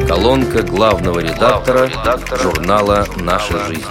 Колонка главного редактора журнала «Наша жизнь».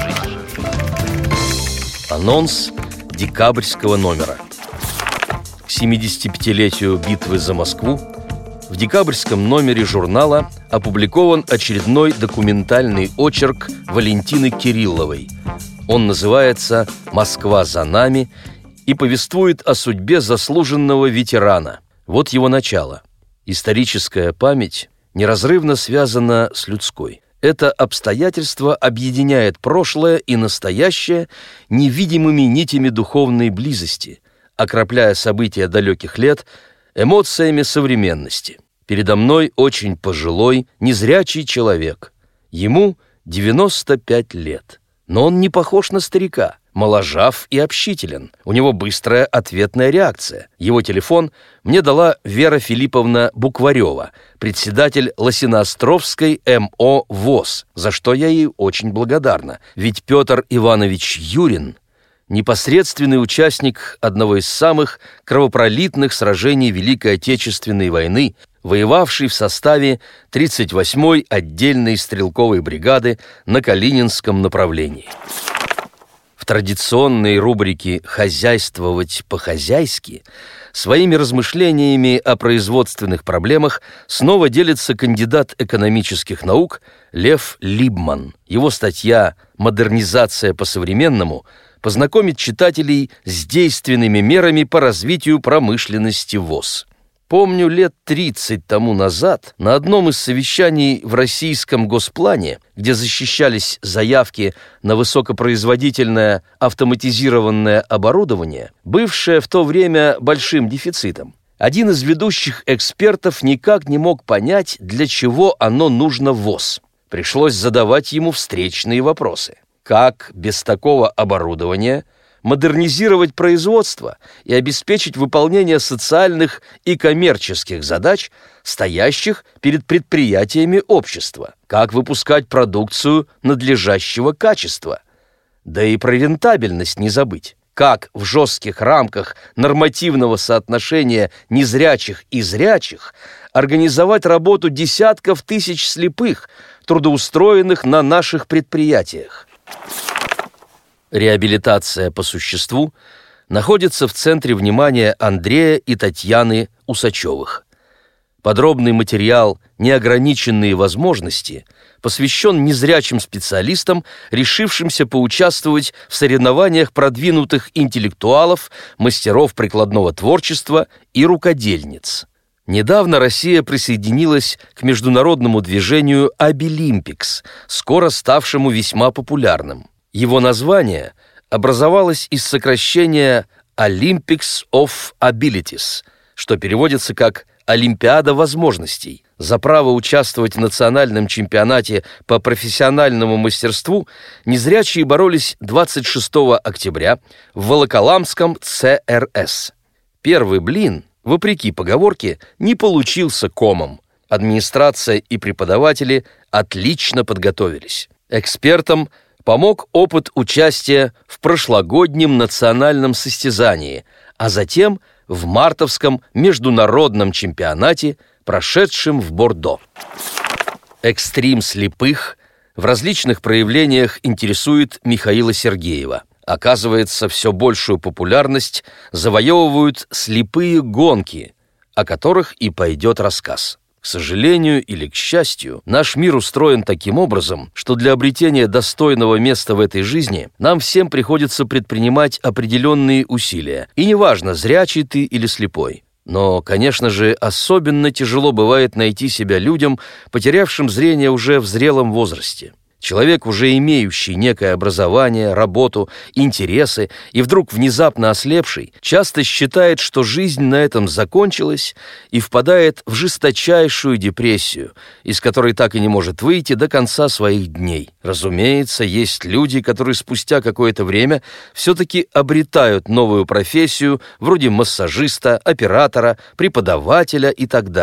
Анонс декабрьского номера. К 75-летию битвы за Москву в декабрьском номере журнала опубликован очередной документальный очерк Валентины Кирилловой. Он называется «Москва за нами» и повествует о судьбе заслуженного ветерана. Вот его начало. Историческая память неразрывно связана с людской. Это обстоятельство объединяет прошлое и настоящее невидимыми нитями духовной близости, окропляя события далеких лет эмоциями современности. Передо мной очень пожилой, незрячий человек. Ему 95 лет. Но он не похож на старика, моложав и общителен. У него быстрая ответная реакция. Его телефон мне дала Вера Филипповна Букварева, председатель Лосиноостровской МО ВОС, за что я ей очень благодарна. Ведь Петр Иванович Юрин – непосредственный участник одного из самых кровопролитных сражений Великой Отечественной войны, воевавший в составе 38-й отдельной стрелковой бригады на Калининском направлении. В традиционной рубрике «Хозяйствовать по-хозяйски» своими размышлениями о производственных проблемах снова делится кандидат экономических наук Лев Либман. Его статья «Модернизация по-современному» познакомит читателей с действенными мерами по развитию промышленности ВОС. Помню, лет 30 тому назад на одном из совещаний в российском госплане, где защищались заявки на высокопроизводительное автоматизированное оборудование, бывшее в то время большим дефицитом, один из ведущих экспертов никак не мог понять, для чего оно нужно ВОС. Пришлось задавать ему встречные вопросы. Как без такого оборудования модернизировать производство и обеспечить выполнение социальных и коммерческих задач, стоящих перед предприятиями общества? Как выпускать продукцию надлежащего качества? Да и про рентабельность не забыть. Как в жестких рамках нормативного соотношения незрячих и зрячих организовать работу десятков тысяч слепых, трудоустроенных на наших предприятиях? Реабилитация по существу находится в центре внимания Андрея и Татьяны Усачевых. Подробный материал «Неограниченные возможности» посвящен незрячим специалистам, решившимся поучаствовать в соревнованиях продвинутых интеллектуалов, мастеров прикладного творчества и рукодельниц. Недавно Россия присоединилась к международному движению «Abilimpics», скоро ставшему весьма популярным. Его название образовалось из сокращения Olympics of Abilities, что переводится как «Олимпиада возможностей». За право участвовать в национальном чемпионате по профессиональному мастерству незрячие боролись 26 октября в Волоколамском ЦРС. Первый блин, вопреки поговорке, не получился комом. Администрация и преподаватели отлично подготовились. Экспертам помог опыт участия в прошлогоднем национальном состязании, а затем в мартовском международном чемпионате, прошедшем в Бордо. Экстрим слепых в различных проявлениях интересует Михаила Сергеева. Оказывается, все большую популярность завоевывают слепые гонки, о которых и пойдет рассказ. К сожалению или к счастью, наш мир устроен таким образом, что для обретения достойного места в этой жизни нам всем приходится предпринимать определенные усилия. И неважно, зрячий ты или слепой. Но, конечно же, особенно тяжело бывает найти себя людям, потерявшим зрение уже в зрелом возрасте. Человек, уже имеющий некое образование, работу, интересы и вдруг внезапно ослепший, часто считает, что жизнь на этом закончилась и впадает в жесточайшую депрессию, из которой так и не может выйти до конца своих дней. Разумеется, есть люди, которые спустя какое-то время все-таки обретают новую профессию, вроде массажиста, оператора, преподавателя и так далее.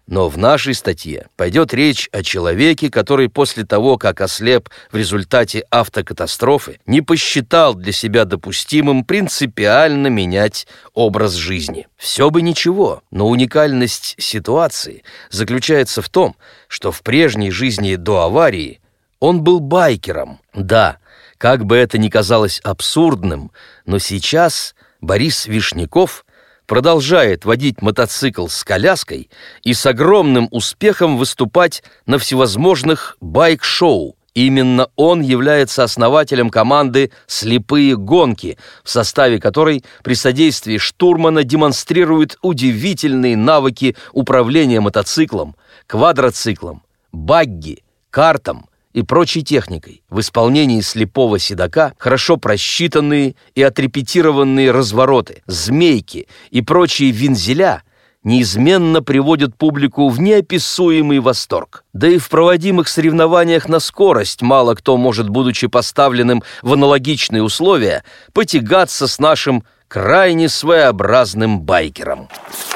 Но в нашей статье пойдет речь о человеке, который после того, как ослеп в результате автокатастрофы, не посчитал для себя допустимым принципиально менять образ жизни. Все бы ничего, но уникальность ситуации заключается в том, что в прежней жизни до аварии он был байкером. Да, как бы это ни казалось абсурдным, но сейчас Борис Вишняков продолжает водить мотоцикл с коляской и с огромным успехом выступать на всевозможных байк-шоу. Именно он является основателем команды «Слепые гонки», в составе которой при содействии штурмана демонстрирует удивительные навыки управления мотоциклом, квадроциклом, багги, картом и прочей техникой. В исполнении слепого седока хорошо просчитанные и отрепетированные развороты, змейки и прочие вензеля неизменно приводят публику в неописуемый восторг. Да и в проводимых соревнованиях на скорость мало кто может, будучи поставленным в аналогичные условия, потягаться с нашим крайне своеобразным байкером.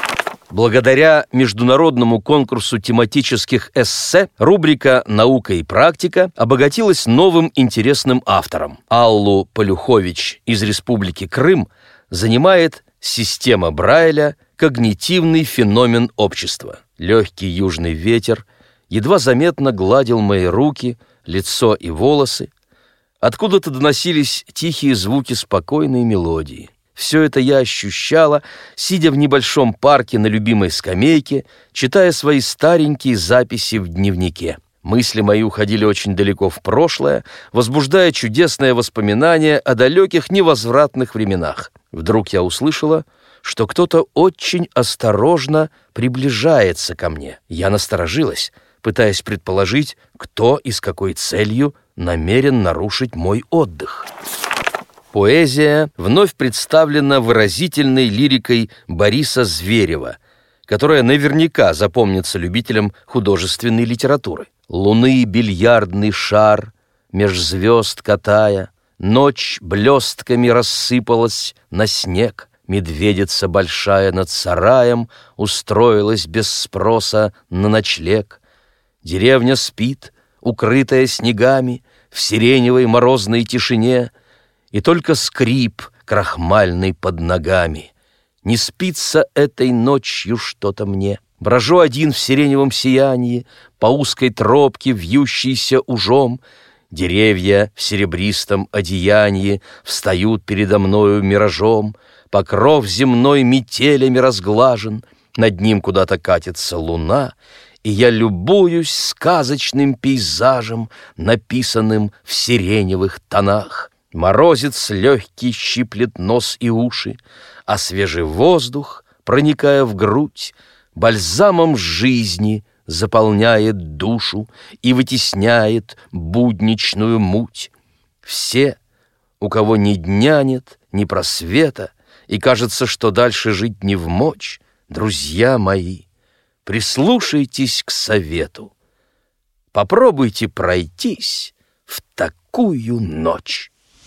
Благодаря международному конкурсу тематических эссе рубрика «Наука и практика» обогатилась новым интересным автором. Аллу Полюхович из Республики Крым занимает «Система Брайля. Когнитивный феномен общества». Легкий южный ветер едва заметно гладил мои руки, лицо и волосы. Откуда-то доносились тихие звуки спокойной мелодии. Все это я ощущала, сидя в небольшом парке на любимой скамейке, читая свои старенькие записи в дневнике. Мысли мои уходили очень далеко в прошлое, возбуждая чудесное воспоминание о далеких невозвратных временах. Вдруг я услышала, что кто-то очень осторожно приближается ко мне. Я насторожилась, пытаясь предположить, кто и с какой целью намерен нарушить мой отдых. Поэзия вновь представлена выразительной лирикой Бориса Зверева, которая наверняка запомнится любителям художественной литературы. «Луны бильярдный шар, меж звезд катая, ночь блестками рассыпалась на снег, медведица большая над сараем устроилась без спроса на ночлег. Деревня спит, укрытая снегами, в сиреневой морозной тишине, и только скрип крахмальный под ногами. Не спится этой ночью что-то мне. Брожу один в сиреневом сиянии, по узкой тропке, вьющейся ужом. Деревья в серебристом одеянии встают передо мною миражом. Покров земной метелями разглажен, над ним куда-то катится луна, и я любуюсь сказочным пейзажем, написанным в сиреневых тонах. Морозец легкий щиплет нос и уши, а свежий воздух, проникая в грудь, бальзамом жизни заполняет душу и вытесняет будничную муть. Все, у кого ни дня нет, ни просвета, и кажется, что дальше жить не вмочь, друзья мои, прислушайтесь к совету. Попробуйте пройтись в такую ночь.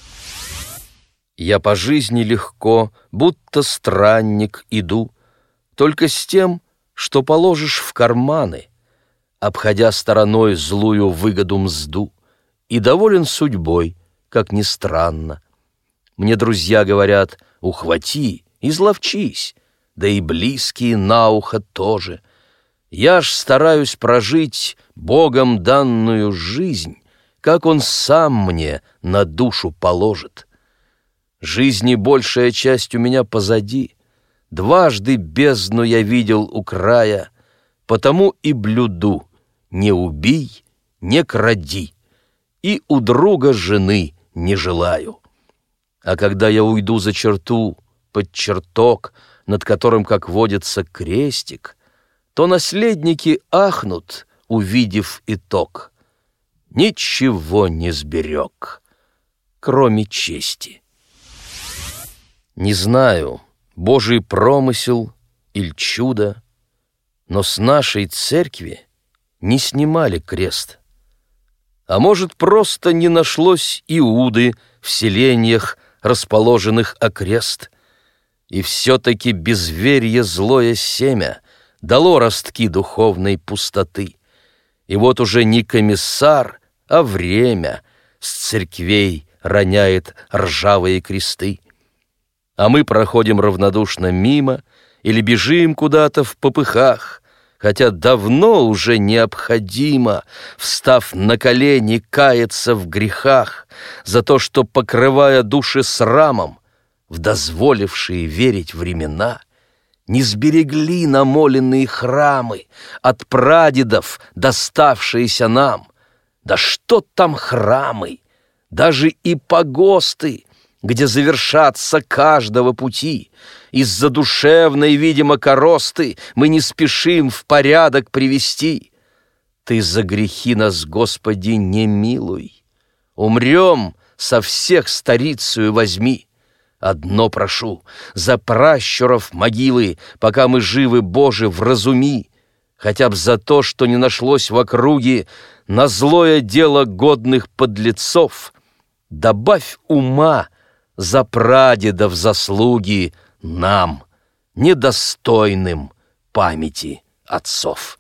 Я по жизни легко, будто странник, иду, только с тем, что положишь в карманы, обходя стороной злую выгоду мзду, и доволен судьбой, как ни странно. Мне друзья говорят: ухвати, изловчись, да и близкие на ухо тоже. Я ж стараюсь прожить Богом данную жизнь, как Он сам мне на душу положит. Жизни большая часть у меня позади, дважды бездну я видел у края, потому и блюду: не убий, не кради, и у друга жены не желаю. А когда я уйду за черту, под чертог, над которым, как водится, крестик, то наследники ахнут, увидев итог. Ничего не сберег, кроме чести. Не знаю, Божий промысел или чудо, но с нашей церкви не снимали крест. А может, просто не нашлось Иуды в селениях, расположенных окрест, и все-таки безверье злое семя дало ростки духовной пустоты. И вот уже не комиссар, а время с церквей роняет ржавые кресты. А мы проходим равнодушно мимо или бежим куда-то в попыхах, хотя давно уже необходимо, встав на колени, каяться в грехах за то, что, покрывая души срамом, в дозволившие верить времена, не сберегли намоленные храмы от прадедов, доставшиеся нам. Да что там храмы, даже и погосты, где завершатся каждого пути. Из-за душевной, видимо, коросты мы не спешим в порядок привести. Ты за грехи нас, Господи, не милуй. Умрем, со всех старицею возьми. Одно прошу, за пращуров могилы, пока мы живы, Боже, вразуми, хотя б за то, что не нашлось в округе на злое дело годных подлецов, добавь ума за прадедов заслуги нам, недостойным памяти отцов.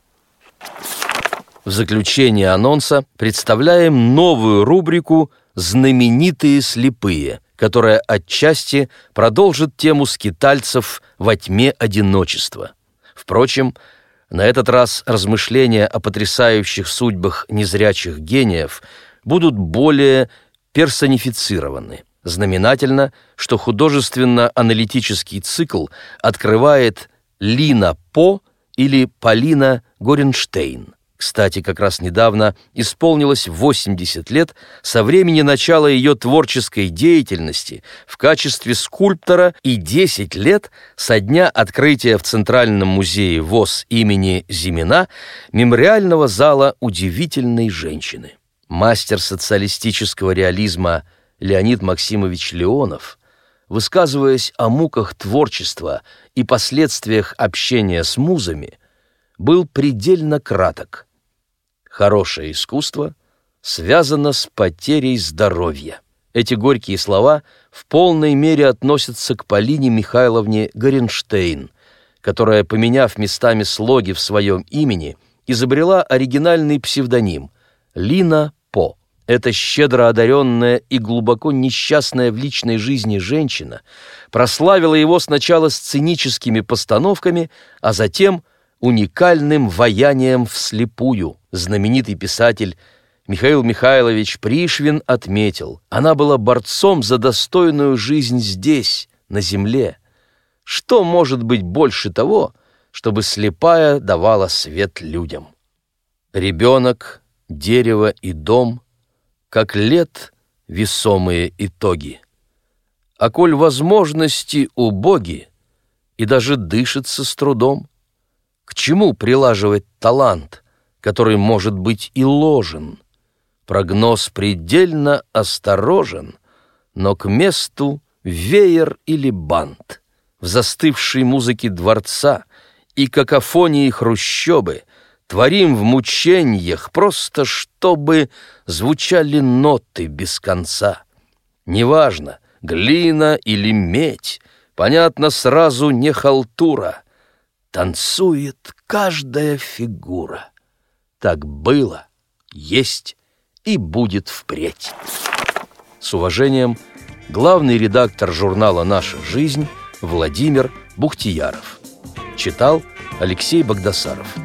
В заключение анонса представляем новую рубрику «Знаменитые слепые», которая отчасти продолжит тему скитальцев во тьме одиночества. Впрочем, на этот раз размышления о потрясающих судьбах незрячих гениев будут более персонифицированы. Знаменательно, что художественно-аналитический цикл открывает Лина По или Полина Горенштейн. Кстати, как раз недавно исполнилось 80 лет со времени начала ее творческой деятельности в качестве скульптора и 10 лет со дня открытия в Центральном музее ВОС имени Зимина мемориального зала удивительной женщины. Мастер социалистического реализма Леонид Максимович Леонов, высказываясь о муках творчества и последствиях общения с музами, был предельно краток. Хорошее искусство связано с потерей здоровья. Эти горькие слова в полной мере относятся к Полине Михайловне Горенштейн, которая, поменяв местами слоги в своем имени, изобрела оригинальный псевдоним Лина По. Эта щедро одаренная и глубоко несчастная в личной жизни женщина прославила его сначала сценическими постановками, а затем уникальным ваянием вслепую. Знаменитый писатель Михаил Михайлович Пришвин отметил: она была борцом за достойную жизнь здесь, на земле. Что может быть больше того, чтобы слепая давала свет людям? Ребенок, дерево и дом, как лет весомые итоги. А коль возможности убоги, и даже дышится с трудом, к чему прилаживать талант, который может быть и ложен? Прогноз предельно осторожен, но к месту веер или бант. В застывшей музыке дворца и какофонии хрущобы творим в мученьях просто, чтобы звучали ноты без конца. Неважно, глина или медь, понятно сразу не халтура. Танцует каждая фигура. Так было, есть и будет впредь. С уважением, главный редактор журнала «Наша жизнь» Владимир Бухтияров. Читал Алексей Богдасаров.